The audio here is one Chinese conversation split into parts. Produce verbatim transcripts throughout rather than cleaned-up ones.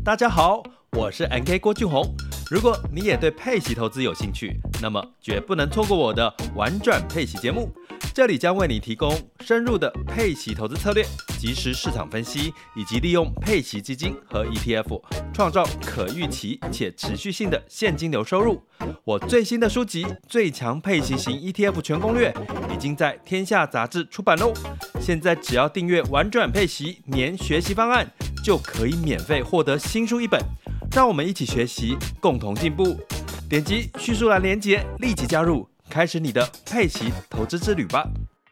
大家好，我是 N K 郭俊宏。如果你也对配息投资有兴趣，那么绝不能错过我的玩转配息节目。这里将为你提供深入的配息投资策略、即时市场分析，以及利用配息基金和 E T F 创造可预期且持续性的现金流收入。我最新的书籍《最强配息型 E T F 全攻略》已经在天下杂志出版喽。现在只要订阅玩转配息年学习方案，就可以免费获得新书一本。让我们一起学习，共同进步。点击叙述栏连结，立即加入，开始你的配息投资之旅吧。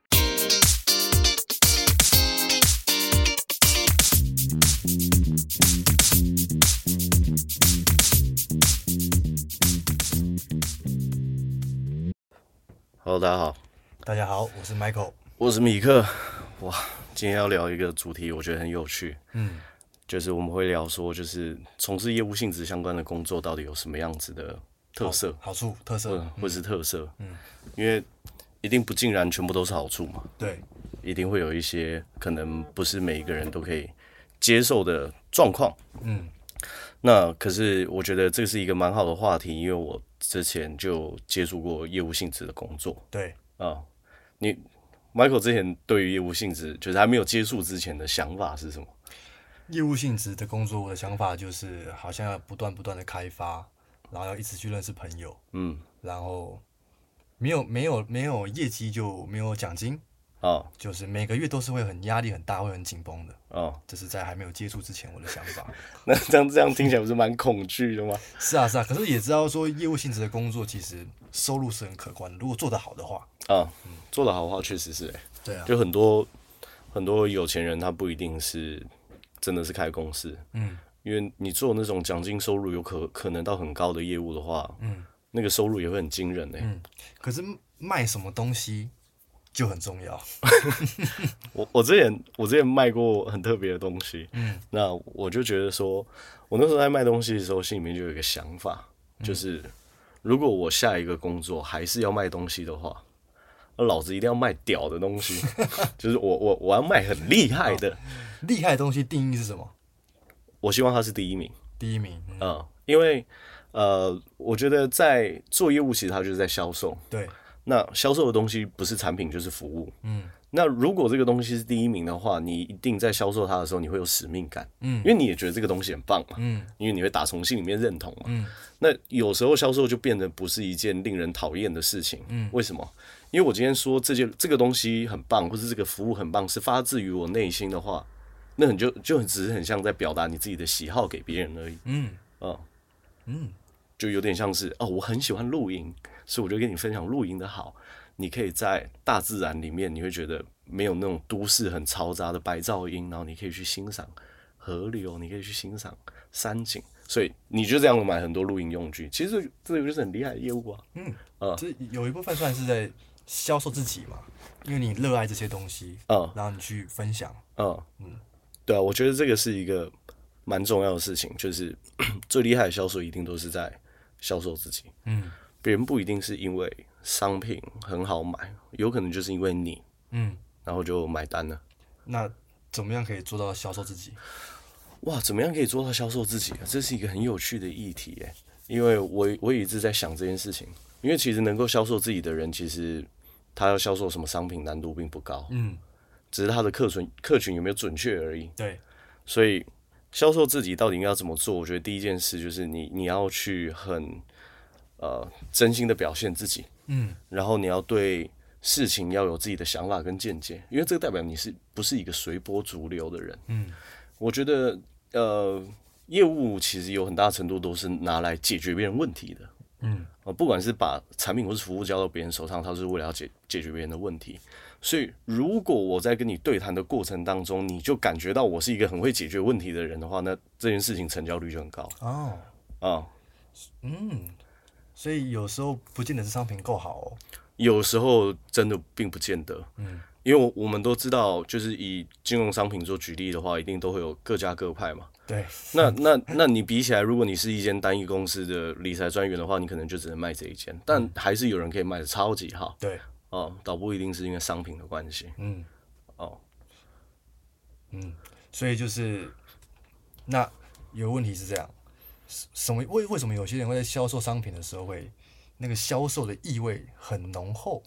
Hello， 大家好， 大家好，我是 Michael， 我是米克。哇，今天要聊一个主题，我觉得很有趣。嗯，就是我们会聊说，就是从事业务性质相关的工作到底有什么样子的特色、 好, 好处、特色， 或者是特色。嗯，因为一定不尽然全部都是好处嘛。 对， 一定会有一些可能不是每一个人都可以接受的状况。嗯，那可是我觉得这是一个蛮好的话题，因为我之前就接触过业务性质的工作。 对啊，你 Michael 之前对于业务性质，就是还没有接触之前的想法是什么？ 业务性质的工作，我的想法就是好像要不断不断的开发，然后要一直去认识朋友，嗯，然后没有没有没有业绩就没有奖金。哦，就是每个月都是会很压力很大，会很紧绷的。哦，这是在还没有接触之前我的想法。 那这样这样听起来不是蛮恐惧的吗？ 是啊是啊，可是也知道说业务性质的工作其实收入是很可观的，如果做得好的话。 啊，嗯、做得好的话确实是、欸。 对啊。 就很多很多有钱人他不一定是真的是开公司，嗯，因为你做那种奖金收入有可可能到很高的业务的话，嗯，那个收入也会很惊人诶、欸。 嗯，可是卖什么东西？就很重要。 我我之前我之前卖过很特别的东西，嗯，那我就觉得说，我那时候在卖东西的时候，心里面就有一个想法，就是如果我下一个工作还是要卖东西的话，那老子一定要卖屌的东西，就是我我我要卖很厉害的。 厉害的东西定义是什么？ 我希望它是第一名。 第一名，嗯， 嗯、因为呃，我觉得在做业务，其实它就是在销售。 对。 那销售的东西不是产品就是服务，嗯，那如果这个东西是第一名的话，你一定在销售它的时候，你会有使命感，嗯，因为你也觉得这个东西很棒嘛，嗯，因为你会打从心里面认同嘛，嗯，那有时候销售就变得不是一件令人讨厌的事情，嗯，为什么？因为我今天说这件这个东西很棒，或是这个服务很棒，是发自于我内心的话，那你就就只是很像在表达你自己的喜好给别人而已，嗯，啊，嗯，就有点像是哦，我很喜欢露营。所以我就跟你分享露营的好，你可以在大自然里面，你会觉得没有那种都市很嘈杂的白噪音，然后你可以去欣赏河流，你可以去欣赏山景，所以你就这样买很多露营用具。其实这个就是很厉害的业务啊。嗯， 呃，这有一部分算是在销售自己嘛，因为你热爱这些东西，嗯，然后你去分享，嗯嗯， 对啊，我觉得这个是一个蛮重要的事情，就是最厉害的销售一定都是在销售自己，嗯。别人不一定是因为商品很好买，有可能就是因为你，嗯，然后就买单了。 那怎么样可以做到销售自己？ 哇，怎么样可以做到销售自己啊？这是一个很有趣的议题耶。因为我我也一直在想这件事情。因为其实能够销售自己的人，其实他要销售什么商品难度并不高，嗯，只是他的客群客群有没有准确而已。 对， 所以销售自己到底应该要怎么做？我觉得第一件事就是你你要去很。呃，真心的表现自己，嗯，然后你要对事情要有自己的想法跟见解，因为这个代表你是不是一个随波逐流的人，嗯，我觉得呃，业务其实有很大程度都是拿来解决别人问题的，嗯，呃，不管是把产品或是服务交到别人手上，它是为了要解解决别人的问题，所以如果我在跟你对谈的过程当中，你就感觉到我是一个很会解决问题的人的话，那这件事情成交率就很高，哦，啊， 嗯。所以有时候不见得是商品够好哦， 有时候真的并不见得，嗯，因为我们都知道，就是以金融商品做举例的话，一定都会有各家各派嘛。 对， 那那那你比起来，如果你是一间单一公司的理财专员的话，你可能就只能卖这一间，但还是有人可以卖的超级好。 对， 哦，倒不一定是因为商品的关系。嗯，哦， 嗯，所以就是那。 有个问题是这样，什么为为什么有些人会在销售商品的时候会那个销售的意味很浓厚？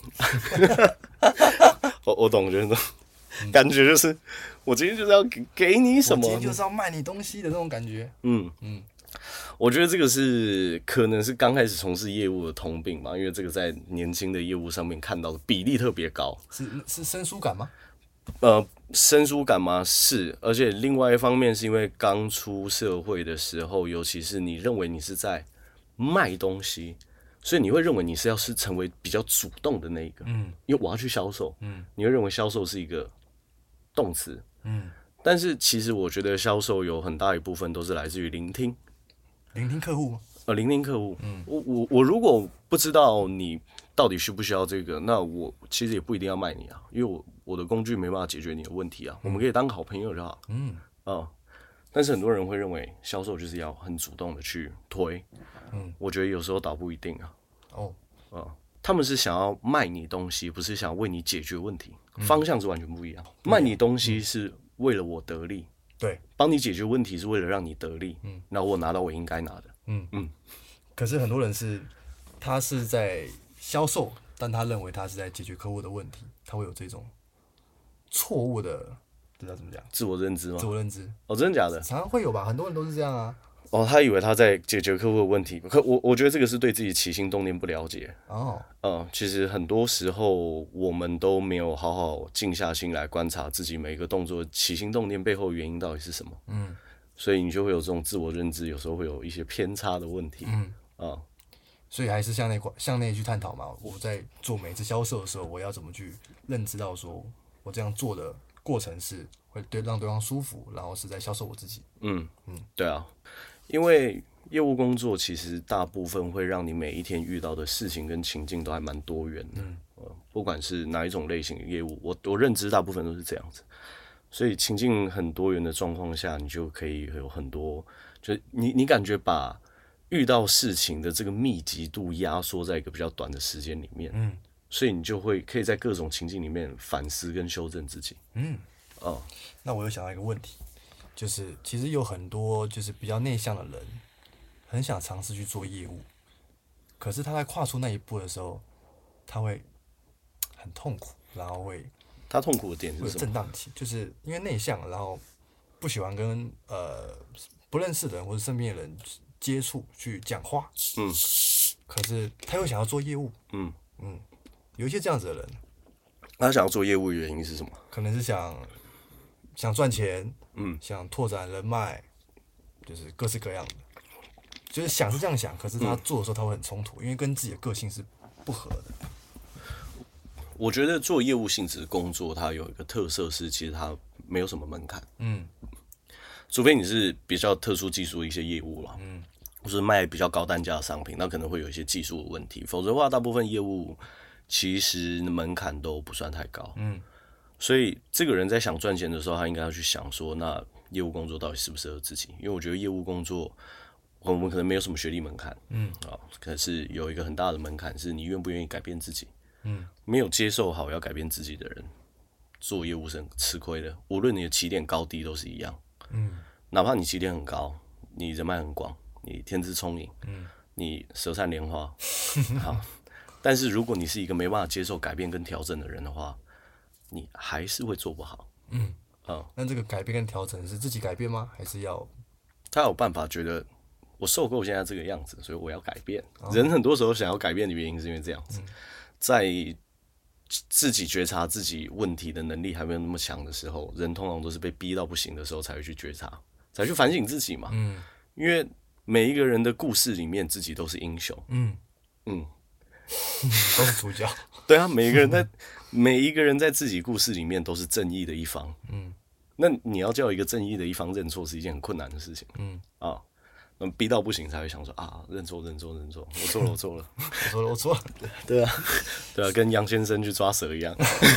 我我懂，觉得感觉就是我今天就是要给给你什么， 我今天就是要卖你东西的那种感觉。嗯嗯， 我觉得这个是可能是刚开始从事业务的通病吧，因为这个在年轻的业务上面看到的比例特别高。 是是生疏感吗？ 呃，生疏感吗？是，而且另外一方面是因为刚出社会的时候，尤其是你认为你是在卖东西，所以你会认为你是要是成为比较主动的那一个，嗯，因为我要去销售，嗯，你会认为销售是一个动词，嗯，但是其实我觉得销售有很大一部分都是来自于聆听， 聆听客户吗？ 呃，聆听客户，嗯，我我我如果不知道你到底需不需要这个，那我其实也不一定要卖你啊，因为我我的工具没办法解决你的问题啊，嗯、我们可以当好朋友就好，嗯，啊、呃，但是很多人会认为销售就是要很主动的去推，嗯，我觉得有时候倒不一定啊，哦，啊、呃，他们是想要卖你东西，不是想要为你解决问题，嗯、方向是完全不一样。卖你东西是为了我得利， 对， 帮你解决问题是为了让你得利，嗯，那我拿到我应该拿的，嗯嗯。可是很多人是，他是在销售，但他认为他是在解决客户的问题，他会有这种错误的，这叫怎么讲？ 自我认知吗？ 自我认知。 哦，真的假的？ 常常会有吧，很多人都是这样啊。 哦，他以为他在解决客户的问题，可我我觉得这个是对自己起心动念不了解。哦，嗯，其实很多时候我们都没有好好静下心来观察自己每一个动作起心动念背后的原因到底是什么。嗯，所以你就会有这种自我认知，有时候会有一些偏差的问题。嗯，啊、嗯， 所以还是向内向内去探讨嘛。我在做每次销售的时候，我要怎么去认知到说我这样做的过程是会对让对方舒服，然后是在销售我自己。 嗯嗯，对啊。因为业务工作其实大部分会让你每一天遇到的事情跟情境都还蛮多元的，嗯呃、不管是哪一种类型的业务，我我认知大部分都是这样子，所以情境很多元的状况下，你就可以有很多，就你你感觉把遇到事情的这个密集度压缩在一个比较短的时间里面，嗯，所以你就会可以在各种情境里面反思跟修正自己，嗯， 哦，那我又想到一个问题。就是其实有很多就是比较内向的人，很想尝试去做业务，可是他在跨出那一步的时候，他会很痛苦，然后会他痛苦的点是什么？ 会有震荡期，就是因为内向，然后不喜欢跟呃不认识的人或者身边的人接触去讲话，嗯，可是他又想要做业务，嗯嗯，有一些这样子的人， 他想要做业务的原因是什么？ 可能是想想赚钱。嗯，想拓展人脉，就是各式各样的，就是想是这样想，可是他做的时候他会很冲突，因为跟自己的个性是不合的。 我觉得做业务性质工作，它有一个特色是，其实它没有什么门槛，嗯，除非你是比较特殊技术的一些业务啦，嗯，或是卖比较高单价的商品，那可能会有一些技术的问题，否则的话，大部分业务其实门槛都不算太高，嗯。所以这个人在想赚钱的时候，他应该要去想说，那业务工作到底适不适合自己？因为我觉得业务工作，我们可能没有什么学历门槛，嗯，啊，可是有一个很大的门槛，是你愿不愿意改变自己，嗯，没有接受好要改变自己的人，做业务是很吃亏的。无论你的起点高低都是一样，嗯，哪怕你起点很高，你人脉很广，你天资聪颖，嗯，你舌灿莲花，好，但是如果你是一个没办法接受改变跟调整的人的话，你还是会做不好。嗯， 嗯，那这个改变跟调整是自己改变吗？还是要他有办法觉得我受够现在这个样子，所以我要改变？哦、人很多时候想要改变的原因是因为这样子，嗯、在自己觉察自己问题的能力还没有那么强的时候，人通常都是被逼到不行的时候才会去觉察，才去反省自己嘛。嗯，因为每一个人的故事里面，自己都是英雄。嗯嗯， 都是主角。 对啊，每一个人在。每一个人在自己故事里面都是正义的一方，嗯，那你要叫一个正义的一方认错是一件很困难的事情，嗯啊，那逼到不行才会想说啊，认错认错认错，我错了我错了， 我错了我错了， 对啊，对啊，跟杨先生去抓蛇一样。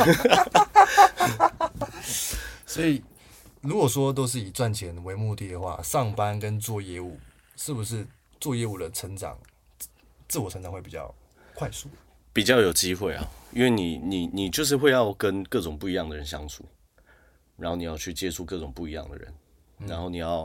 所以如果说都是以赚钱为目的的话，上班跟做业务，是不是做业务的成长，自我成长会比较快速？ 比较有机会啊，因为你你你就是会要跟各种不一样的人相处，然后你要去接触各种不一样的人，嗯、然后你要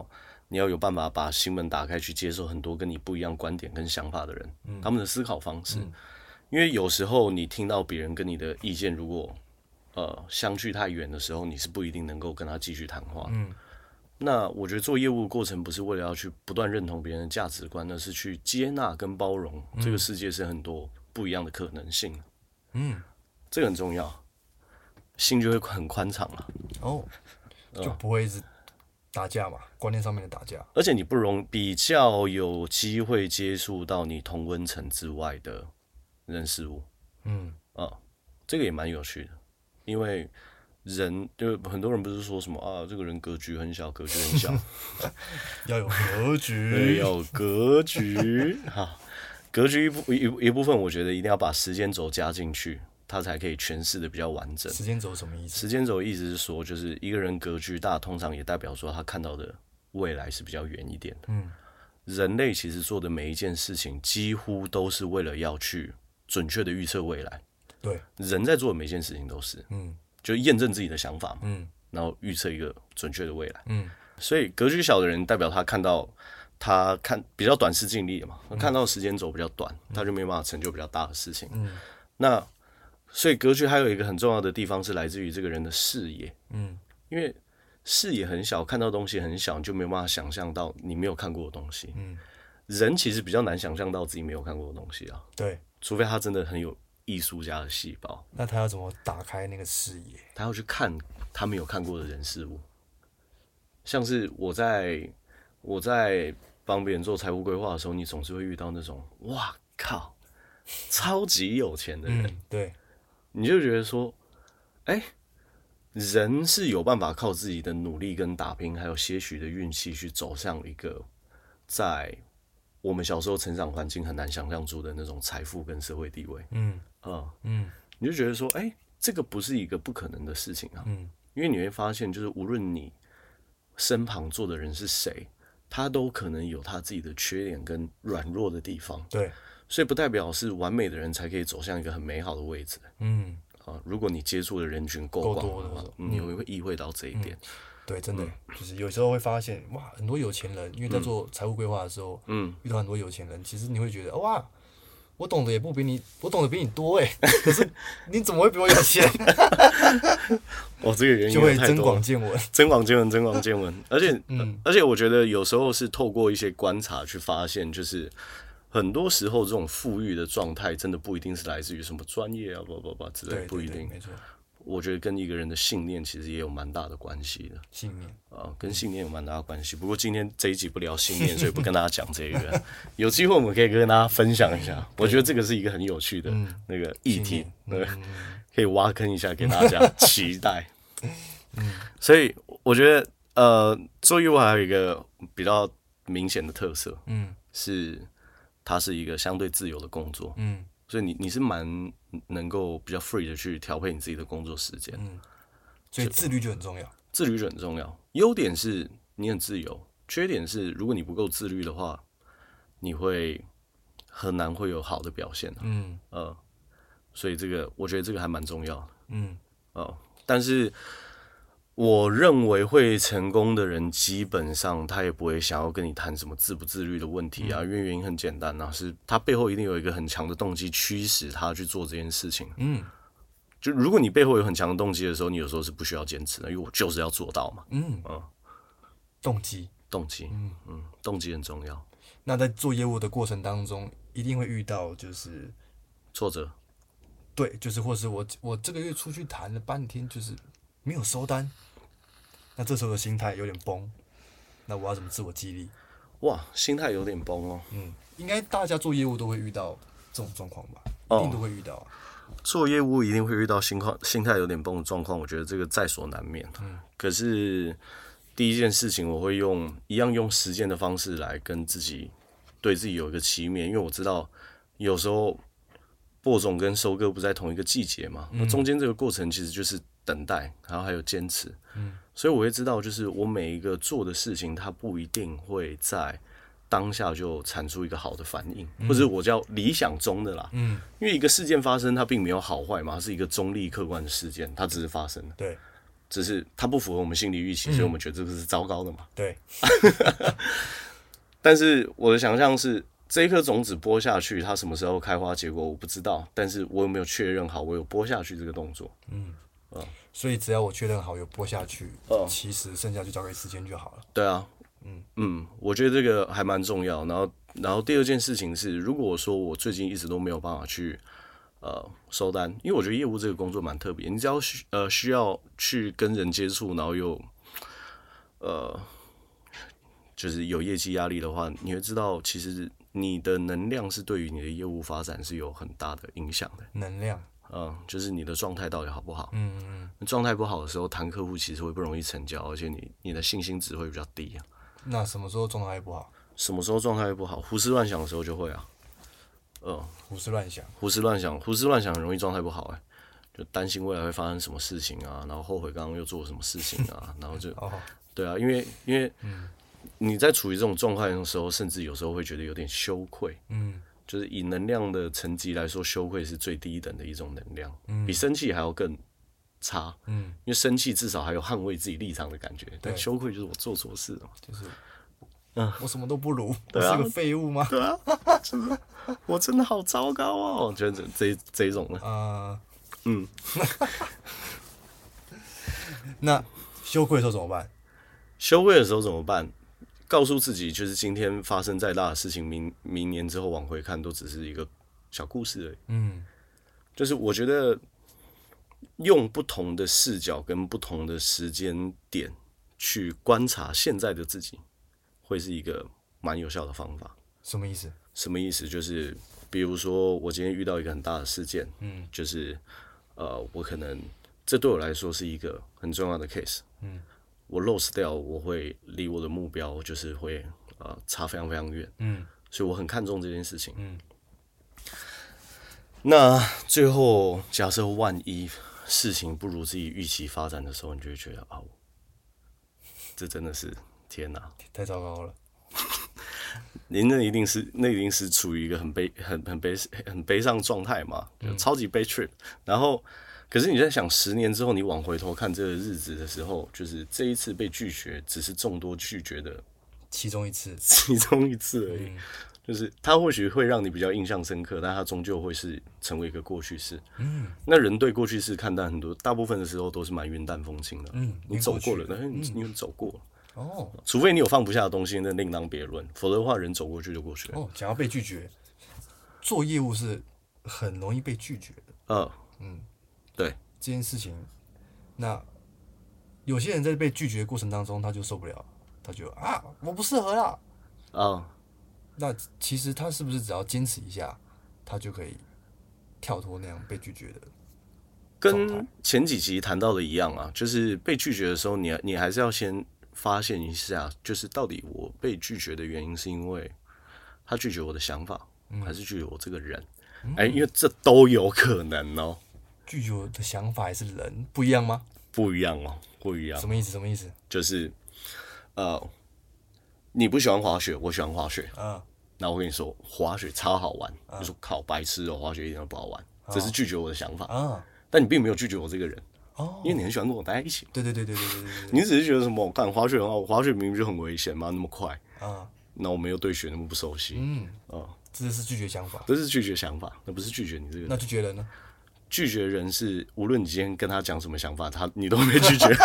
你要有办法把心门打开，去接受很多跟你不一样观点跟想法的人，嗯、他们的思考方式。嗯、因为有时候你听到别人跟你的意见如果呃相距太远的时候，你是不一定能够跟他继续谈话。嗯、那我觉得做业务的过程不是为了要去不断认同别人的价值观，而是去接纳跟包容、嗯、这个世界是很多不一样的可能性。嗯，这个很重要，心就会很宽敞了。 哦，就不会一直打架嘛，观念上面的打架。 而且你不容比较有机会接触到你同温层之外的人事物。嗯啊，这个也蛮有趣的，因为人就很多人不是说什么啊，这个人格局很小，格局很小， 要有格局， 对，要有格局哈。格局一部 一, 一部分，我觉得一定要把时间轴加进去，它才可以诠释的比较完整。 时间轴什么意思？ 时间轴意思是说，就是一个人格局大，通常也代表说他看到的未来是比较远一点的。嗯，人类其实做的每一件事情，几乎都是为了要去准确的预测未来。 对， 人在做的每一件事情都是，嗯，就验证自己的想法嘛，嗯，然后预测一个准确的未来。嗯，所以格局小的人，代表他看到。他看比较短视近利的嘛，他看到时间轴比较短，嗯、他就没有办法成就比较大的事情。嗯、那所以格局还有一个很重要的地方是来自于这个人的视野。嗯，因为视野很小，看到东西很小，你就没有办法想象到你没有看过的东西。嗯，人其实比较难想象到自己没有看过的东西啊。 对， 除非他真的很有艺术家的细胞。 那他要怎么打开那个视野？ 他要去看他没有看过的人事物，像是我在我在。帮别人做财务规划的时候，你总是会遇到那种哇靠，超级有钱的人， 嗯、对， 你就觉得说，哎、欸，人是有办法靠自己的努力跟打拼，还有些许的运气，去走向一个在我们小时候成长环境很难想象出的那种财富跟社会地位。嗯啊嗯，你就觉得说，哎、欸，这个不是一个不可能的事情啊。嗯，因为你会发现，就是无论你身旁坐的人是谁。他都可能有他自己的缺点跟软弱的地方， 对， 所以不代表是完美的人才可以走向一个很美好的位置。嗯，啊，如果你接触的人群够广的话，嗯、你会会意会到这一点。嗯、 对，真的、嗯、就是有时候会发现，哇，很多有钱人，因为在做财务规划的时候，嗯，遇到很多有钱人，其实你会觉得，哇，我懂得也不比你，我懂得比你多哎，可是你怎么会比我有钱？ 哦，这个原因就会增广见闻， 增广见闻，增广见闻。而且，嗯、而且我觉得有时候是透过一些观察去发现，就是很多时候这种富裕的状态，真的不一定是来自于什么专业啊，不不不之类，不一定。 没错。 我觉得跟一个人的信念其实也有蛮大的关系的。 信念啊，跟信念有蛮大的关系。不过今天这一集不聊信念，所以不跟大家讲这个。有机会我们可以跟大家分享一下。我觉得这个是一个很有趣的那个议题，对，可以挖坑一下给大家期待。所以我觉得呃，做业务还有一个比较明显的特色，嗯，是它是一个相对自由的工作，嗯。所以你你是蛮能够比较 free 的去调配你自己的工作时间，嗯， 所以自律就很重要， 自律就很重要。优点是你很自由，缺点是如果你不够自律的话，你会很难会有好的表现，嗯呃，所以这个我觉得这个还蛮重要的，嗯哦，但是我认为会成功的人，基本上他也不会想要跟你谈什么自不自律的问题啊，嗯、因为原因很简单啊，是他背后一定有一个很强的动机驱使他去做这件事情。嗯，就如果你背后有很强的动机的时候，你有时候是不需要坚持的，因为我就是要做到嘛。嗯嗯， 动机， 动机，嗯嗯，动机很重要。 那在做业务的过程当中，一定会遇到就是挫折， 对，就是或是我我这个月出去谈了半天，就是没有收单。那这时候的心态有点崩，那我要怎么自我激励？ 哇，心态有点崩哦。 嗯，应该大家做业务都会遇到这种状况吧？一定都会遇到、啊哦。做业务一定会遇到心况心态有点崩的状况，我觉得这个在所难免。嗯，可是第一件事情，我会用一样用实践的方式来跟自己对自己有一个期勉，因为我知道有时候播种跟收割不在同一个季节嘛，那、嗯、中间这个过程其实就是等待，然后还有坚持。嗯。所以我会知道，就是我每一个做的事情，它不一定会在当下就产出一个好的反应，嗯、或者我叫理想中的啦。嗯，因为一个事件发生，它并没有好坏嘛，它是一个中立客观的事件，它只是发生了。 对。 只是它不符合我们心理预期，嗯、所以我们觉得这个是糟糕的嘛。 对。 但是我的想象是，这一颗种子播下去，它什么时候开花结果我不知道，但是我有没有确认好我有播下去这个动作？嗯。 嗯所以只要我确认好有播下去，嗯、其实剩下就交给时间就好了。 对啊。嗯嗯，我觉得这个还蛮重要。然后，然后第二件事情是，如果说我最近一直都没有办法去呃收单，因为我觉得业务这个工作蛮特别，你只要需呃需要去跟人接触，然后又呃就是有业绩压力的话，你会知道，其实你的能量是对于你的业务发展是有很大的影响的。 能量。 嗯，就是你的状态到底好不好？嗯嗯。状态不好的时候，谈客户其实会不容易成交，而且你你的信心值会比较低啊。 那什么时候状态不好？ 什么时候状态不好？胡思乱想的时候就会啊。嗯， 胡思乱想， 胡思乱想，胡思乱想很容易状态不好哎、欸，就担心未来会发生什么事情啊，然后后悔刚刚又做了什么事情啊，然后就，哦、对啊，因为因为你在处于这种状态的时候，甚至有时候会觉得有点羞愧。嗯，就是以能量的层级来说，羞愧是最低等的一种能量，嗯、比生气还要更差。嗯，因为生气至少还有捍卫自己立场的感觉，但羞愧就是我做错事了， 就是。嗯，我什么都不如，我是个废物吗？ 对啊，真的，我真的好糟糕哦！我觉得这这这一种的，啊，嗯， 那羞愧的时候怎么办？ 羞愧的时候怎么办？告诉自己，就是今天发生再大的事情，明明年之后往回看，都只是一个小故事而已。嗯，就是我觉得用不同的视角跟不同的时间点去观察现在的自己。会是一个蛮有效的方法。 什么意思？ 什么意思？就是比如说，我今天遇到一个很大的事件，嗯，就是呃，我可能这对我来说是一个很重要的 case，嗯，我 lose 掉，我会离我的目标就是会呃差非常非常远，嗯，所以我很看重这件事情，嗯。那最后，假设万一事情不如自己预期发展的时候，你就会觉得啊，这真的是。天哪， 太糟糕了！ 您那一定是那一定是处于一个很悲、很很悲、很悲伤状态嘛，就超级悲 trip。然后，可是你在想，十年之后你往回头看这个日子的时候，就是这一次被拒绝，只是众多拒绝的其中一次， 其中一次而已。嗯、就是它或许会让你比较印象深刻，但它终究会是成为一个过去式。嗯，那人对过去式看待很多，大部分的时候都是蛮云淡风轻的。嗯，你走过了，但是你你走过了。哦，除非你有放不下的东西，那另当别论。否则的话，人走过去就过去了。 哦，想要被拒绝，做业务是很容易被拒绝的。 嗯嗯，对这件事情，那有些人在被拒绝的过程当中，他就受不了，他就啊，我不适合啦。啊、哦，那其实他是不是只要坚持一下，他就可以跳脱那样被拒绝的？ 跟前几集谈到的一样啊，就是被拒绝的时候你，你你还是要先。发现一下，就是到底我被拒绝的原因是因为他拒绝我的想法，嗯、还是拒绝我这个人？哎、嗯欸，因为这都有可能哦。 拒绝我的想法还是人不一样吗？ 不一样哦，不一样。 什么意思？什么意思？ 就是呃，你不喜欢滑雪，我喜欢滑雪。嗯。那我跟你说，滑雪超好玩。嗯、你说靠白痴哦，滑雪一点都不好玩，哦、这是拒绝我的想法。嗯。但你并没有拒绝我这个人。哦、因为你很喜欢跟我待在一起， 对对对对对对 对, 對， 你只是觉得什么？我看滑雪很好，滑雪明明就很危险嘛，那么快啊，那我们又对雪那么不熟悉，嗯啊，这是拒绝想法， 这是拒绝想法，那不是拒绝你这个人。 那拒绝人呢？ 拒绝人是无论你今天跟他讲什么想法，他你都没拒绝，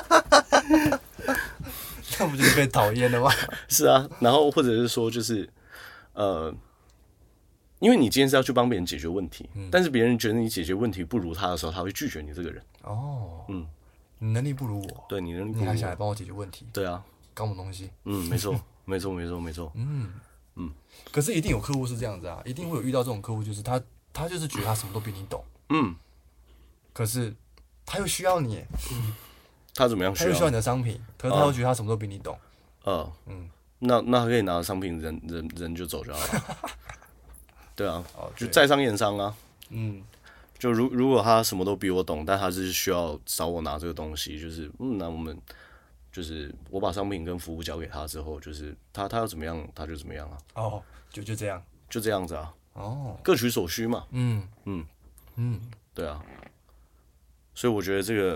那不就是被讨厌了吗？ 是啊，然后或者是说就是呃。因为你今天是要去帮别人解决问题，嗯、但是别人觉得你解决问题不如他的时候，他会拒绝你这个人。哦， 嗯，你能力不如我， 对你能力不如我， 你还想来帮我解决问题？ 对啊， 搞什么东西？ 嗯，没错，没错，没错，没错。嗯嗯，可是一定有客户是这样子啊，一定会有遇到这种客户，就是他他就是觉得他什么都比你懂，嗯，可是他又需要你， 嗯、他怎么样需要？ 他又需要你的商品，可是他又觉得他什么都比你懂。 呃，嗯，那那他可以拿着商品人人人就走就好了。对啊，就在商言商啊。嗯，就如如果他什么都比我懂，但他是需要找我拿这个东西，就是嗯，那我们就是我把商品跟服务交给他之后，就是他他要怎么样他就怎么样啊。 哦，就就这样， 就这样子啊。哦，各取所需嘛。嗯嗯嗯，对啊。所以我觉得这个，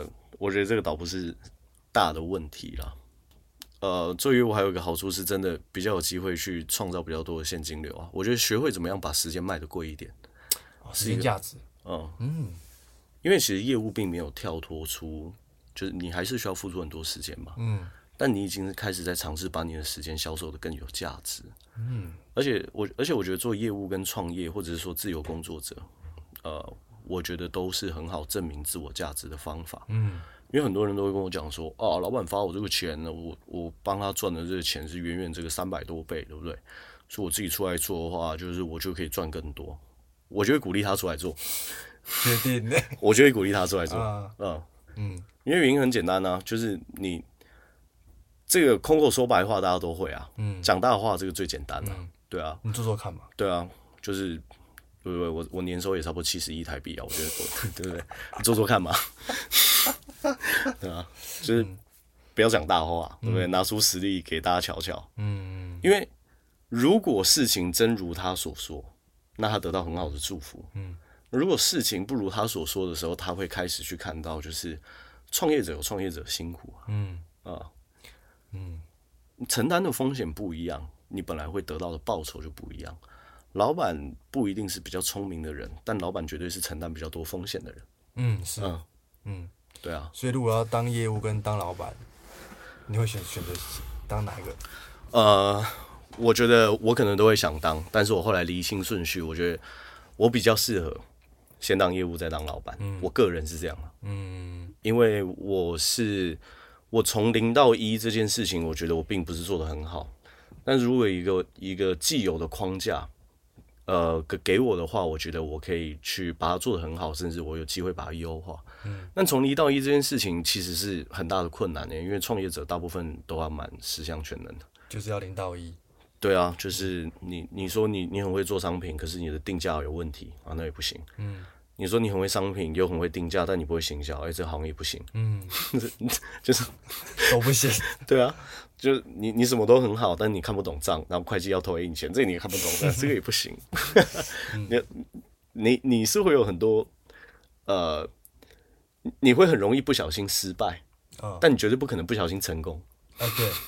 我觉得这个倒不是大的问题啦。呃，做业务还有一个好处是真的比较有机会去创造比较多的现金流啊。我觉得学会怎么样把时间卖得贵一点， 哦、时间价值。 嗯嗯，因为其实业务并没有跳脱出，就是你还是需要付出很多时间嘛。嗯，但你已经开始在尝试把你的时间销售得更有价值。嗯，而且我而且我觉得做业务跟创业或者是说自由工作者，呃，我觉得都是很好证明自我价值的方法。嗯。因为很多人都会跟我讲说，啊，老板发我这个钱呢，我我帮他赚的这个钱是远远这个三百多倍，对不对？所以我自己出来做的话，就是我就可以赚更多。我就会鼓励他出来做， 确定的， 我就会鼓励他出来做， 啊、 嗯嗯，因为原因很简单啊，就是你这个空口说白话大家都会啊，嗯，讲大话这个最简单啊，嗯、对啊， 你做做看嘛， 对啊，就是对不对？我我年收也差不多七十亿台币啊，我觉得我对不对？你做做看嘛。对啊，就是不要讲大话，对不对？拿出实力给大家瞧瞧。嗯，因为如果事情真如他所说，那他得到很好的祝福。嗯，如果事情不如他所说的时候，他会开始去看到，就是创业者有创业者辛苦啊。嗯啊，嗯，承担的风险不一样，你本来会得到的报酬就不一样。老板不一定是比较聪明的人，但老板绝对是承担比较多风险的人。 嗯，是， 嗯。 嗯， 对啊， 所以如果要当业务跟当老板，你会选选择当哪一个？ 呃，我觉得我可能都会想当，但是我后来厘清顺序，我觉得我比较适合先当业务再当老板。嗯、我个人是这样的，嗯，因为我是我从零到一这件事情，我觉得我并不是做得很好，但是如果一个一个既有的框架。呃，给我的话，我觉得我可以去把它做得很好，甚至我有机会把它优化。嗯，但从零到一这件事情其实是很大的困难的，因为创业者大部分都要蛮十项全能的， 就是要零到一。 对啊，就是你你说你你很会做商品，可是你的定价有问题啊，那也不行。嗯，你说你很会商品又很会定价，但你不会行销，哎、欸，这行业不行。嗯，就是都不行。 对啊。就你你什么都很好，但你看不懂账，然后会计要投印钱，这个你也看不懂，但这个也不行。你你你是会有很多呃，你会很容易不小心失败，哦、但你绝对不可能不小心成功。 啊，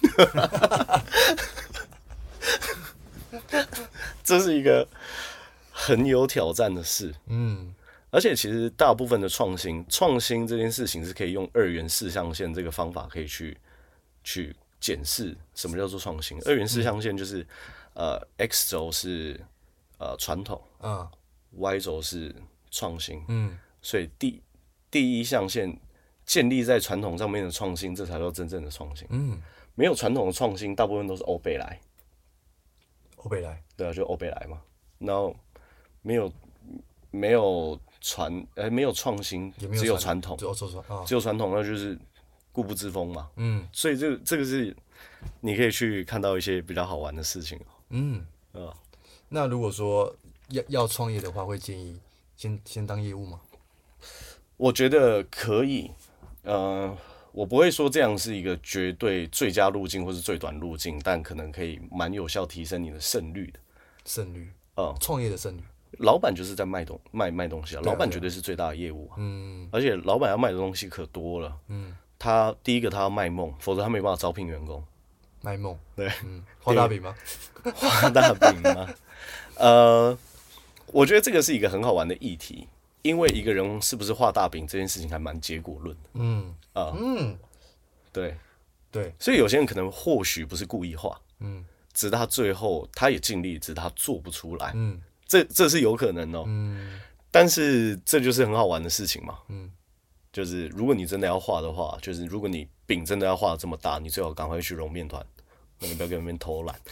对，这是一个很有挑战的事。嗯，而且其实大部分的创新，创新这件事情是可以用二元四象限这个方法可以去去。检视什么叫做创新？二元四象限就是，嗯、呃 ，X 轴是呃传统，啊 ，Y 轴是创新，嗯，所以第第一象限建立在传统上面的创新，这才叫真正的创新。嗯，没有传统的创新，大部分都是欧贝来， 欧贝来， 对啊，就欧贝来嘛。然后没有没有传，呃，没有创新，只有传统，只有传统，那就是。固步自封嘛，嗯，所以这个这个是你可以去看到一些比较好玩的事情， 嗯，呃，那如果说要要创业的话，会建议先先当业务吗？ 我觉得可以，呃，我不会说这样是一个绝对最佳路径或是最短路径，但可能可以蛮有效提升你的胜率的。 胜率，呃，创业的胜率。 老板就是在卖东卖卖东西啊，老板绝对是最大的业务啊，嗯，而且老板要卖的东西可多了，嗯。他第一个，他要卖梦，否则他没办法招聘员工。 卖梦， 对， 嗯，画大饼吗？ 画大饼吗？呃，我觉得这个是一个很好玩的议题，因为一个人是不是画大饼这件事情还蛮结果论的。嗯啊，呃、嗯，对对， 所以有些人可能或许不是故意画，嗯，只是他最后他也尽力，只是他做不出来，嗯，这这是有可能哦，嗯，但是这就是很好玩的事情嘛，嗯。就是如果你真的要画的话，就是如果你饼真的要画的这么大，你最好赶快去揉面团，那你不要跟那边偷懒。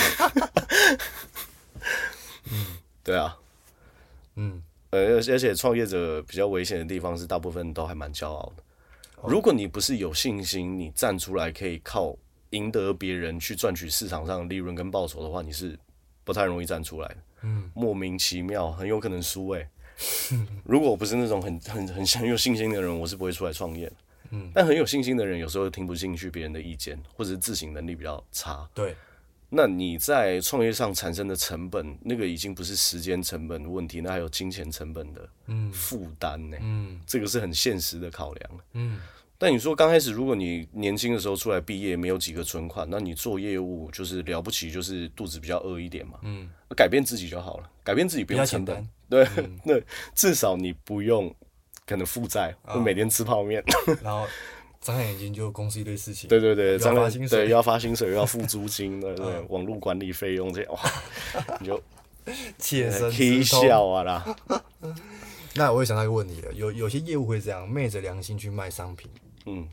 嗯，对啊，嗯，呃，而且创业者比较危险的地方是，大部分都还蛮骄傲的。如果你不是有信心，你站出来可以靠赢得别人去赚取市场上的利润跟报酬的话，你是不太容易站出来的。嗯，莫名其妙，很有可能输诶、欸。如果我不是那种很很很很有信心的人，我是不会出来创业的。嗯，但很有信心的人，有时候听不进去别人的意见，或者是自省能力比较差。 对， 那你在创业上产生的成本，那个已经不是时间成本的问题，那还有金钱成本的负担呢。嗯，这个是很现实的考量。嗯， 但你说刚开始，如果你年轻的时候出来毕业，没有几个存款，那你做业务就是了不起，就是肚子比较饿一点嘛。嗯，改变自己就好了，改变自己不用成本。对，嗯、对，至少你不用可能负债，或、嗯、每天吃泡面。 然后张开眼睛就公司一堆事情。 对对对， 张开薪水， 对，要发薪水，又要付租金，对对，嗯、网络管理费用这样，哇，你就切身之痛笑啊啦。 那我也想到一个问题了，有有些业务会这样昧着良心去卖商品。嗯，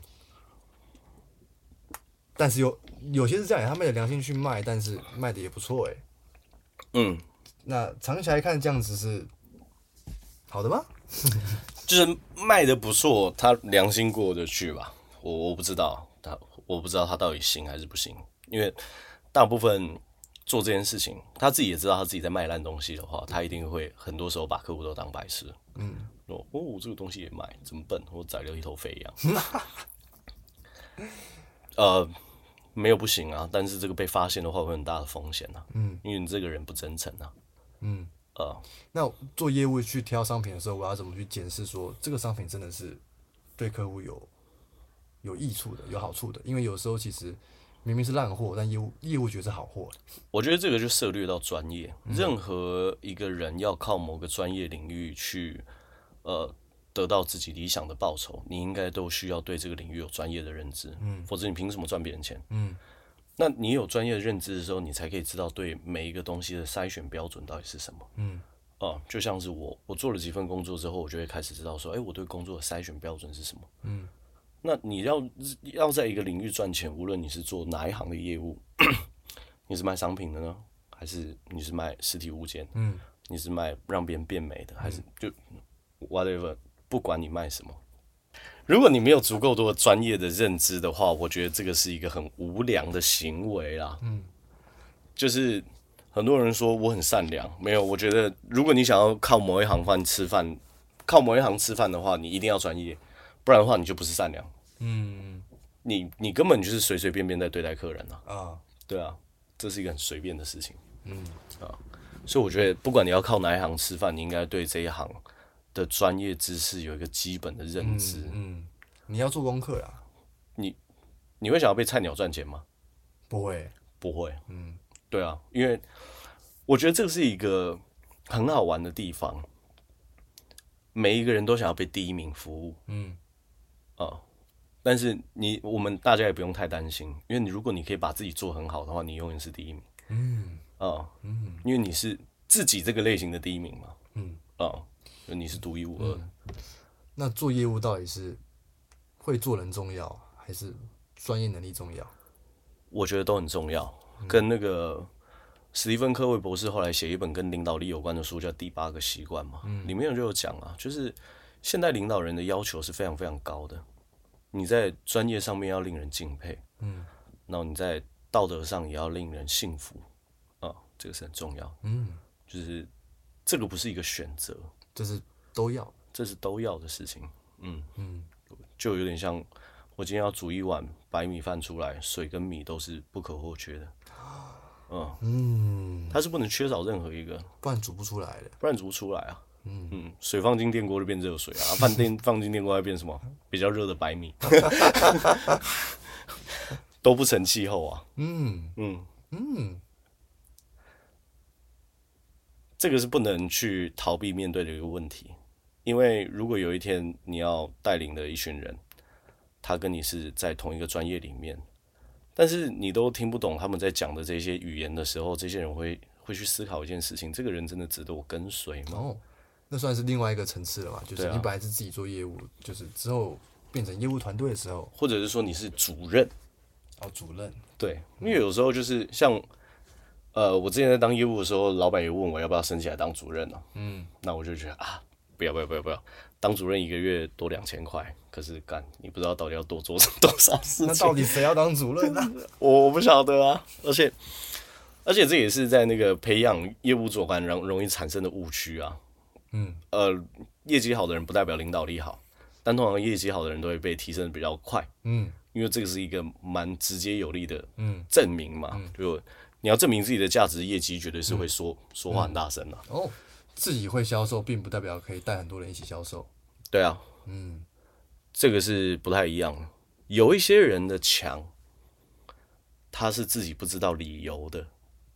但是有有些是这样，他昧着良心去卖，但是卖的也不错哎。嗯，那长期来看这样子是好的吗？ 就是卖的不错，他良心过得去吧？我我不知道他，我不知道他到底行还是不行，因为大部分做这件事情，他自己也知道他自己在卖烂东西的话，他一定会很多时候把客户都当白痴。嗯。哦，这个东西也卖，怎么笨？我宰了一头肥羊。呃，没有不行啊，但是这个被发现的话，会有很大的风险啊。嗯，因为你这个人不真诚啊。嗯， 呃，那做业务去挑商品的时候，我要怎么去检视说这个商品真的是对客户有有益处的、有好处的？因为有时候其实明明是烂货，但业务业务觉得是好货。 我觉得这个就涉猎到专业，嗯、任何一个人要靠某个专业领域去。呃，得到自己理想的报酬，你应该都需要对这个领域有专业的认知，嗯，否则你凭什么赚别人钱？嗯，那你有专业的认知的时候，你才可以知道对每一个东西的筛选标准到底是什么，嗯，哦、呃，就像是我，我做了几份工作之后，我就会开始知道说，哎、欸，我对工作的筛选标准是什么，嗯，那你要要在一个领域赚钱，无论你是做哪一行的业务，你是卖商品的呢，还是你是卖实体物件，嗯，你是卖让别人变美的，还是就。whatever， 不管你卖什么，如果你没有足够多的专业的认知的话，我觉得这个是一个很无良的行为啦。嗯，就是很多人说我很善良，没有，我觉得如果你想要靠某一行饭吃饭，靠某一行吃饭的话，你一定要专业，不然的话你就不是善良。嗯，你你根本就是随随便便在对待客人啊。啊，对啊，这是一个很随便的事情。嗯啊，所以我觉得不管你要靠哪一行吃饭，你应该对这一行的专业知识有一个基本的认知。嗯， 嗯你要做功课啦。 你你会想要被菜鸟赚钱吗？ 不会， 不会。嗯，对啊，因为我觉得这是一个很好玩的地方。每一个人都想要被第一名服务。嗯，啊，但是你我们大家也不用太担心，因为你如果你可以把自己做很好的话，你永远是第一名。嗯，啊，嗯，因为你是自己这个类型的第一名嘛。嗯，啊。你是独一无二的、嗯。 那做业务到底是会做人重要，还是专业能力重要？ 我觉得都很重要。嗯、跟那个史蒂芬·科维博士后来写一本跟领导力有关的书，叫《第八个习惯》嘛，嗯、里面就有讲啊，就是现代领导人的要求是非常非常高的。你在专业上面要令人敬佩，嗯，然后你在道德上也要令人信服，啊，这个是很重要。嗯，就是这个不是一个选择。 这是都要， 这是都要的事情。嗯嗯，就有点像我今天要煮一碗白米饭出来，水跟米都是不可或缺的。嗯嗯，它是不能缺少任何一个， 不然煮不出来的， 不然煮不出来啊。嗯嗯，水放进电锅就变热水啊，饭店放进电锅会变什么？比较热的白米，都不成气候啊。嗯嗯嗯。这个是不能去逃避面对的一个问题，因为如果有一天你要带领的一群人，他跟你是在同一个专业里面，但是你都听不懂他们在讲的这些语言的时候，这些人会会去思考一件事情：这个人真的值得我跟随吗？ 哦，那算是另外一个层次了吧？就是你本来是自己做业务，啊、就是之后变成业务团队的时候， 或者是说你是主任， 哦，主任， 对，因为有时候就是像。呃，我之前在当业务的时候，老板也问我要不要升起来当主任呢、啊？嗯，那我就觉得啊，不要不要不要不要，当主任一个月多两千块，可是干你不知道到底要多做多少事情。 那到底谁要当主任呢、啊？ 我我不晓得啊，而且而且这也是在那个培养业务主管容容易产生的误区啊。嗯，呃，业绩好的人不代表领导力好，但通常业绩好的人都会被提升的比较快。嗯，因为这个是一个蛮直接有力的证明嘛，嗯、就。你要证明自己的价值，业绩绝对是会说、嗯、说话很大声的、啊。 哦，自己会销售，并不代表可以带很多人一起销售。 对啊，嗯， 这个是不太一样的。有一些人的强，他是自己不知道理由的，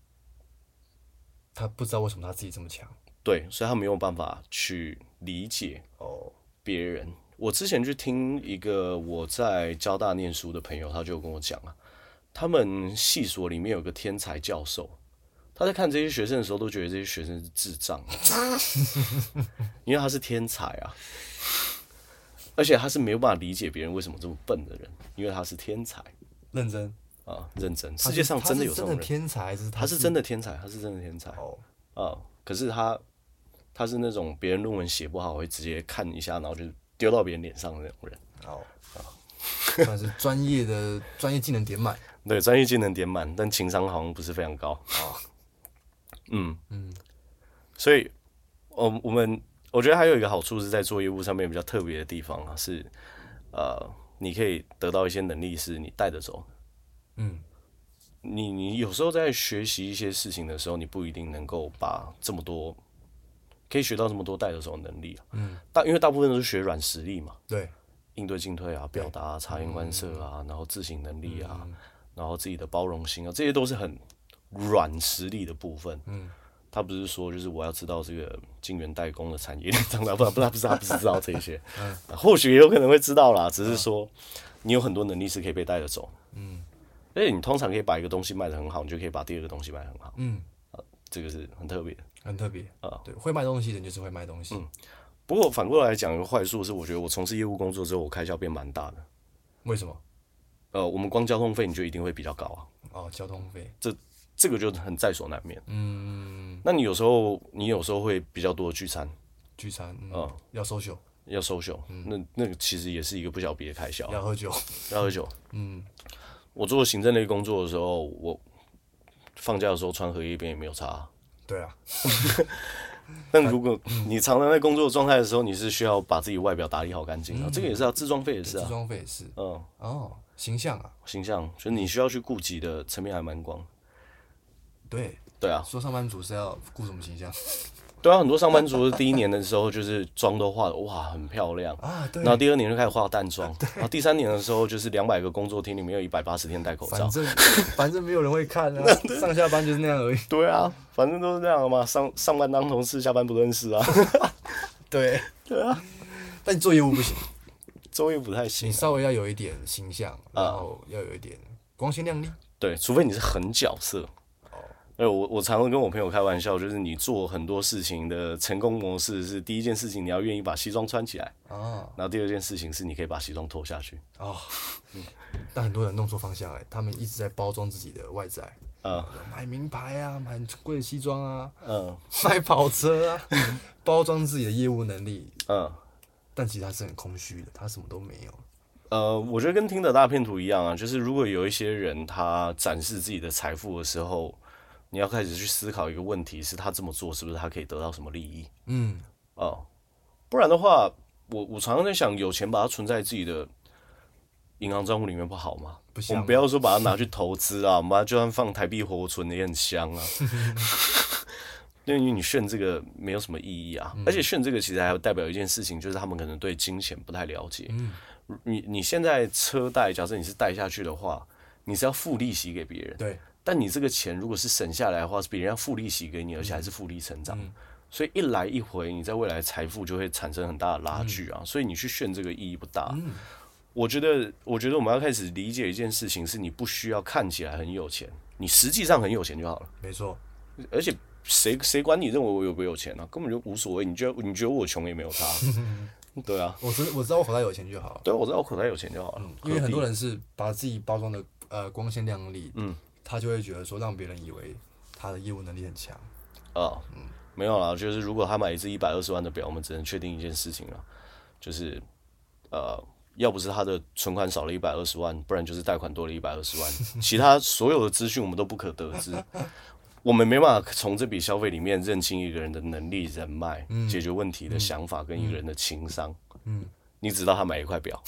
他不知道为什么他自己这么强， 对，所以他没有办法去理解别人。我之前去听一个我在交大念书的朋友，他就跟我讲啊，他们系所里面有个天才教授，他在看这些学生的时候，都觉得这些学生是智障，因为他是天才啊，而且他是没有办法理解别人为什么这么笨的人，因为他是天才。 认真啊，认真，世界上真的有这种人。 他是真的天才，还是他是他是真的天才？他是真的天才。哦，啊，可是他他是那种别人论文写不好，会直接看一下，然后就丢到别人脸上的那种人。 哦，啊，算是专业的专业技能点满。 对，专业技能点满，但情商好像不是非常高。哦，嗯嗯，所以，我我们我觉得还有一个好处是在做业务上面比较特别的地方啊，是呃，你可以得到一些能力，是你带得走。嗯，你你有时候在学习一些事情的时候，你不一定能够把这么多可以学到这么多带得走的能力啊。嗯，大因为大部分都是学软实力嘛。 对， 应对进退啊，表达啊，察言观色啊，嗯、然后自省能力啊，嗯、然后自己的包容心啊，这些都是很软实力的部分。嗯，他不是说就是我要知道这个晶圆代工的产业链长大，不然不然不是他不是知道这些，嗯、或许也有可能会知道啦，只是说你有很多能力是可以被带得走。嗯。而且你通常可以把一个东西卖得很好，你就可以把第二个东西卖得很好。嗯，啊，这个是很特别的， 很特别啊。对，会卖东西的人就是会卖东西。嗯， 不过反过来讲，有个坏处是，我觉得我从事业务工作之后，我开销变蛮大的。 为什么？ 呃，我们光交通费你就一定会比较高啊。 哦，交通费， 这这个就很在所难免。嗯，那你有时候你有时候会比较多的聚餐， 聚餐，嗯，呃、要 social， 要 social，、嗯、那那个其实也是一个不小笔的开销。 要喝酒， 要喝酒，嗯。我做行政类工作的时候，我放假的时候穿荷叶边也没有差、啊。 对啊。 但如果你常常在工作状态的时候，你是需要把自己外表打理好干净的，嗯、这个也是啊，自装费也是啊。 自装费也是。嗯。哦，形象啊。 形象，所以你需要去顾及的层面还蛮广。 对。 对啊。 说上班族是要顾什么形象？ 对啊，很多上班族第一年的时候就是妆都化的哇很漂亮啊，对。然后第二年就开始化淡妆，然后第三年的时候就是两百个工作天里面有一百八十天戴口罩。 反正反正没有人会看啊，上下班就是那样而已。 对啊，反正都是这样的嘛，上上班当同事，下班不认识啊。 对对啊， 但你做业务不行， 做业务不太行、啊， 你稍微要有一点形象，然后要有一点光鲜亮丽。 对，除非你是狠角色。呃，我我常常跟我朋友开玩笑，就是你做很多事情的成功模式是第一件事情你要愿意把西装穿起来，哦，然后第二件事情是你可以把西装脱下去。哦， 嗯，但很多人弄错方向哎，他们一直在包装自己的外在， 嗯， 买名牌啊，买很贵的西装啊，嗯，买跑车啊，包装自己的业务能力，嗯，但其实他是很空虚的，他什么都没有。 呃，我觉得跟听的大片图一样啊，就是如果有一些人他展示自己的财富的时候，你要开始去思考一个问题，是他这么做是不是他可以得到什么利益？嗯，哦、呃，不然的话，我我常常在想，有钱把它存在自己的银行账户里面不好吗？ 不我们不要说把它拿去投资啊，我们把它就算放台币活存的也很香啊。因为你炫这个没有什么意义啊，嗯、而且炫这个其实还有代表一件事情，就是他们可能对金钱不太了解。嗯，你你现在车贷，假设你是贷下去的话，你是要付利息给别人。 对。 但你这个钱如果是省下来的话，是别人要付利息给你，而且还是复利成长，嗯、所以一来一回，你在未来财富就会产生很大的拉锯啊。嗯、所以你去炫这个意义不大。嗯、我觉得，我觉得我们要开始理解一件事情，是你不需要看起来很有钱，你实际上很有钱就好了。 没错， 而且谁谁管你认为我有没有钱啊？根本就无所谓。你觉得你觉得我穷也没有差。对啊， 我知我知道我口袋有钱就好了。 对，我知道我口袋有钱就好了。嗯、 因为很多人是把自己包装的呃光鲜亮丽。嗯。他就会觉得说，让别人以为他的业务能力很强。 哦，嗯，没有啦，就是如果他买一只一百二十万的表，我们只能确定一件事情了，就是呃，要不是他的存款少了一百二十万，不然就是贷款多了一百二十万，其他所有的资讯我们都不可得知。我们没办法从这笔消费里面认清一个人的能力、人脉、嗯、解决问题的想法跟一个人的情商。嗯，你只知道他买一块表。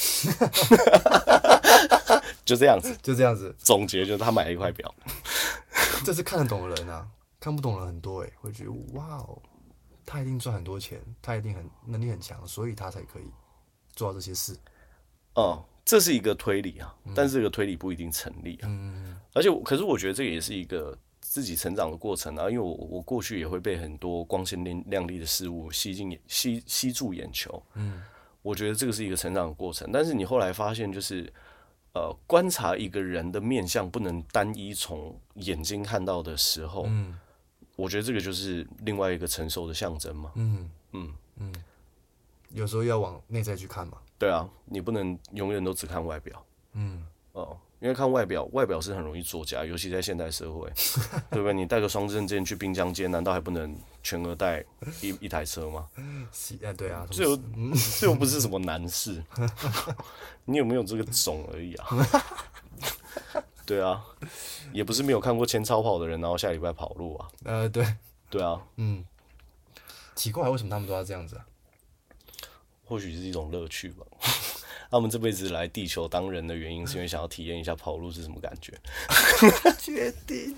就这样子， 就这样子。 总结就是他买了一块表， 这是看得懂的人啊，看不懂的人很多哎、欸，会觉得哇哦，他一定赚很多钱，他一定很能力很强，所以他才可以做到这些事。 哦、嗯，这是一个推理啊，嗯、但是这个推理不一定成立啊。嗯，而且可是我觉得这个也是一个自己成长的过程啊，因为我我过去也会被很多光鲜亮丽的事物吸进吸吸住眼球。嗯，我觉得这个是一个成长的过程，但是你后来发现就是。呃，观察一个人的面相不能单一从眼睛看到的时候，嗯，我觉得这个就是另外一个成熟的象征嘛。嗯嗯嗯，有时候要往内在去看嘛。 对啊，你不能永远都只看外表。嗯哦，因为看外表，外表是很容易作假，尤其在现代社会，对不对？你带个双证件去滨江街，难道还不能全额贷一一台车吗？ 啊，对啊， 这又这又不是什么难事。你有没有这个种而已啊？对啊，也不是没有看过签超跑的人，然后下礼拜跑路啊。 呃，对， 对啊， 嗯，奇怪，为什么他们都要这样子啊？ 或许是一种乐趣吧。他们这辈子来地球当人的原因，是因为想要体验一下跑路是什么感觉。 确定？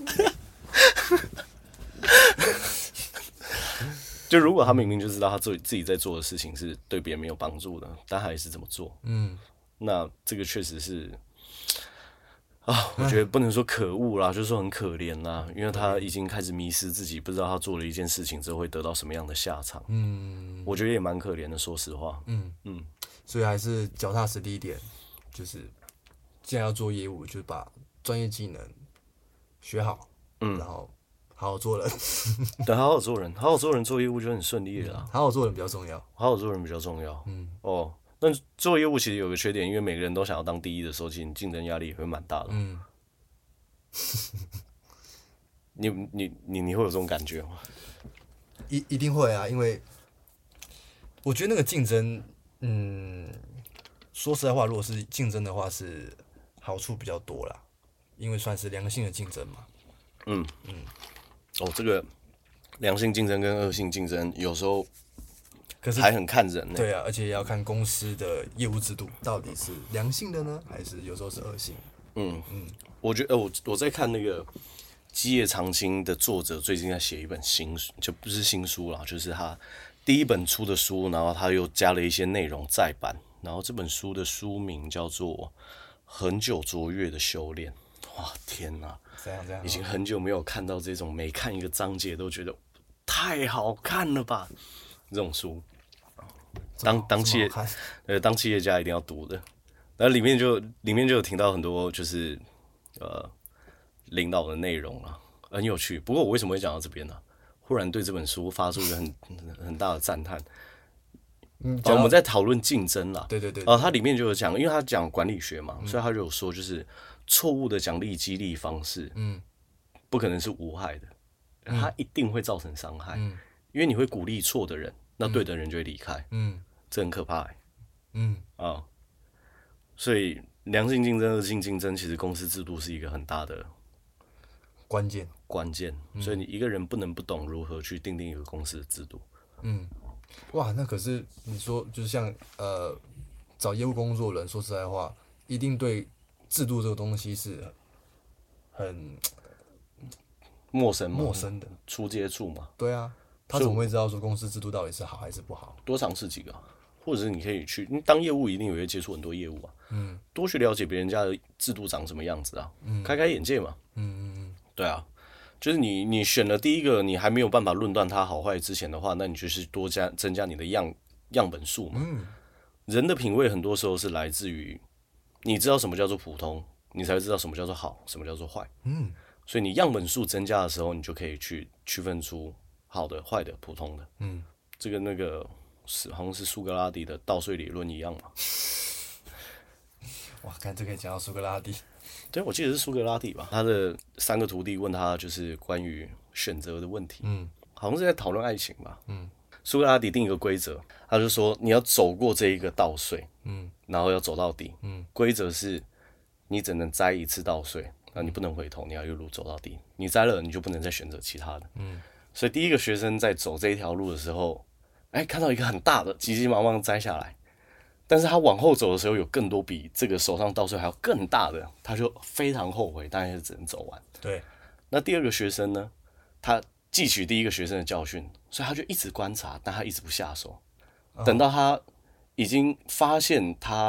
就如果他明明就知道他自自己在做的事情是对别人没有帮助的，但他还是这么做，嗯，那这个确实是啊，我觉得不能说可恶啦，就是说很可怜啦，因为他已经开始迷失自己，不知道他做了一件事情之后会得到什么样的下场，嗯，我觉得也蛮可怜的，说实话，嗯嗯，所以还是脚踏实地一点，就是既然要做业务，就是把专业技能学好，嗯，然后。好好做人， 对，好好做人，好好做人做业务就很顺利了啦。 好好做人比较重要， 好好做人比较重要。嗯，哦，那做业务其实有个缺点，因为每个人都想要当第一的时候，其实竞争压力也会蛮大的。嗯，你你你你会有这种感觉吗？ 一一定会啊，因为我觉得那个竞争，嗯，说实在话，如果是竞争的话，是好处比较多啦，因为算是良性的竞争嘛。嗯嗯。 哦，这个良性竞争跟恶性竞争有时候可是还很看人呢。 对啊，而且也要看公司的业务制度到底是良性的呢，还是有时候是恶性。 嗯嗯，我觉得我我在看那个《基业长青》的作者最近在写一本新书，就不是新书啦，就是他第一本出的书，然后他又加了一些内容再版，然后这本书的书名叫做《很久卓越的修炼》。哇，天哪！ 这样这样， 已经很久没有看到这种每看一个章节都觉得太好看了吧，这种书，当当企业呃当企业家一定要读的。然后里面就里面就有听到很多就是呃领导的内容啊，很有趣。不过我为什么会讲到这边呢、啊？忽然对这本书发出一个很很大的赞叹。嗯，哦、我们在讨论竞争啦， 对对 对, 对，啊、呃，它里面就有讲，因为他讲管理学嘛，嗯、所以他就有说就是。错误的奖励激励方式，嗯，不可能是无害的，嗯、它一定会造成伤害，嗯，因为你会鼓励错的人，那对的人就会离开，嗯，这很可怕、欸，嗯啊，所以良性竞争、恶性竞争，其实公司制度是一个很大的关键关键，所以你一个人不能不懂如何去订定一个公司的制度，嗯， 哇，那可是你说就是像呃找业务工作人，说实在话，一定对。制度这个东西是很陌生陌生的， 初接触嘛。 对啊，他怎么会知道说公司制度到底是好还是不好？ 多尝试几个、啊，或者是你可以去，你当业务一定也会接触很多业务啊。嗯，多去了解别人家的制度长什么样子啊，嗯、开开眼界嘛。嗯嗯嗯，对啊，就是你你选了第一个，你还没有办法论断它好坏之前的话，那你就是多加增加你的样样本数嘛。嗯，人的品味很多时候是来自于。你知道什么叫做普通，你才会知道什么叫做好，什么叫做坏。嗯，所以你样本数增加的时候，你就可以去区分出好的、坏的、普通的。嗯，这个那个是好像是苏格拉底的稻穗理论一样嘛。 哇，看这可以讲到苏格拉底。 对，我记得是苏格拉底吧。他的三个徒弟问他就是关于选择的问题。嗯，好像是在讨论爱情吧。嗯。苏格拉底定一个规则，他就说你要走过这一个稻穗，嗯，然后要走到底，嗯，规则是你只能摘一次稻穗，那你不能回头，你要一路走到底，你摘了你就不能再选择其他的，嗯，所以第一个学生在走这一条路的时候，哎，看到一个很大的，急急忙忙摘下来，但是他往后走的时候有更多比这个手上稻穗还要更大的，他就非常后悔，但是只能走完。 对， 那第二个学生呢，他汲取第一个学生的教训，所以他就一直观察，但他一直不下手。等到他已经发现他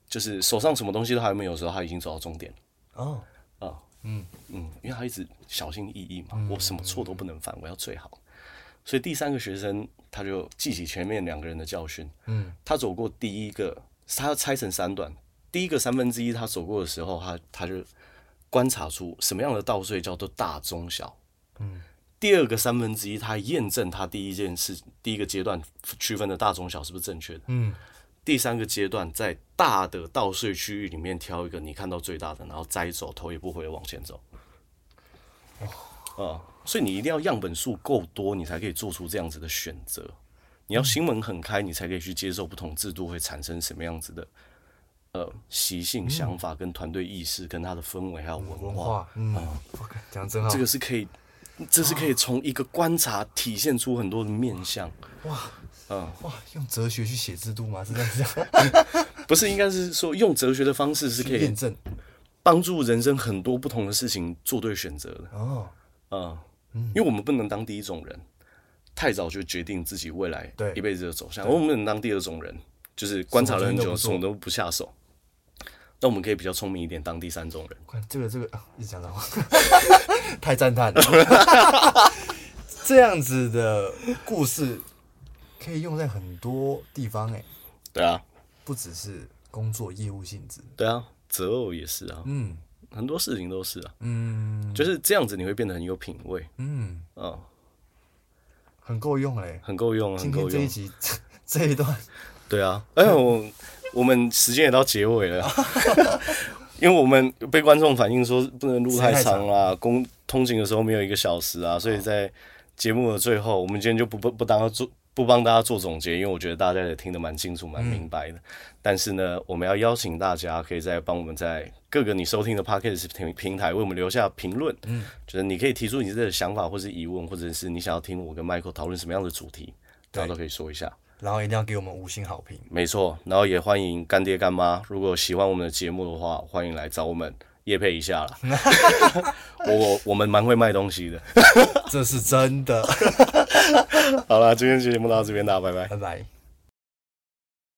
就是手上什么东西都还没有的时候，他已经走到终点了。 哦， 啊，嗯嗯，因为他一直小心翼翼嘛，嗯、我什么错都不能犯，我要最好。所以第三个学生他就记起前面两个人的教训，嗯，他走过第一个，他拆成三段，第一个三分之一他走过的时候，他他就观察出什么样的稻穗叫做大中小，嗯，第二个三分之一他验证他第一件事第一个阶段区分的大中小是不是正确的，嗯。第三个阶段，在大的稻穗区域里面挑一个你看到最大的，然后摘走，头也不回的往前走。哦，呃，所以你一定要样本数够多，你才可以做出这样子的选择。你要心门很开，你才可以去接受不同制度会产生什么样子的呃习性、想法跟团队意识，跟它的氛围还有文化。 嗯，OK，讲得真好。 这个是可以，这是可以从一个观察体现出很多的面向。哇。 嗯，哇，用哲学去写制度吗？是这样子？ 不是，应该是说用哲学的方式是可以验证， 帮助人生很多不同的事情做对选择的。哦，嗯，因为我们不能当第一种人，太早就决定自己未来一辈子的走向。我们不能当第二种人，就是观察了很久，什么都不下手。那我们可以比较聪明一点，当第三种人。 这个这个，啊、一直讲到太赞叹了。这样子的故事。可以用在很多地方哎、欸， 对啊， 不只是工作业务性质， 对啊，择偶也是啊，嗯，很多事情都是啊，嗯，就是这样子，你会变得很有品味，嗯，啊， 很够用哎、欸， 很够用， 今天这一集这一段， 对啊，哎我我们时间也到结尾了，因为我们被观众反映说不能录太长啦，公通勤的时候没有一个小时啊，所以在节目的最后，我们今天就不不不当做。不帮大家做总结，因为我觉得大家也听得蛮清楚、蛮明白的。嗯、但是呢，我们要邀请大家，可以再帮我们在各个你收听的 Podcast 平台为我们留下评论。嗯，就是你可以提出你自己的想法或是疑问，或者是你想要听我跟 Michael 讨论什么样的主题，大家都可以说一下。 然后一定要给我们五星好评。 没错，然后也欢迎干爹干妈，如果喜欢我们的节目的话，欢迎来找我们业配一下啦。我我们蛮会卖东西的， 这是真的。 好了，今天节目到这边，大家拜拜， 拜拜。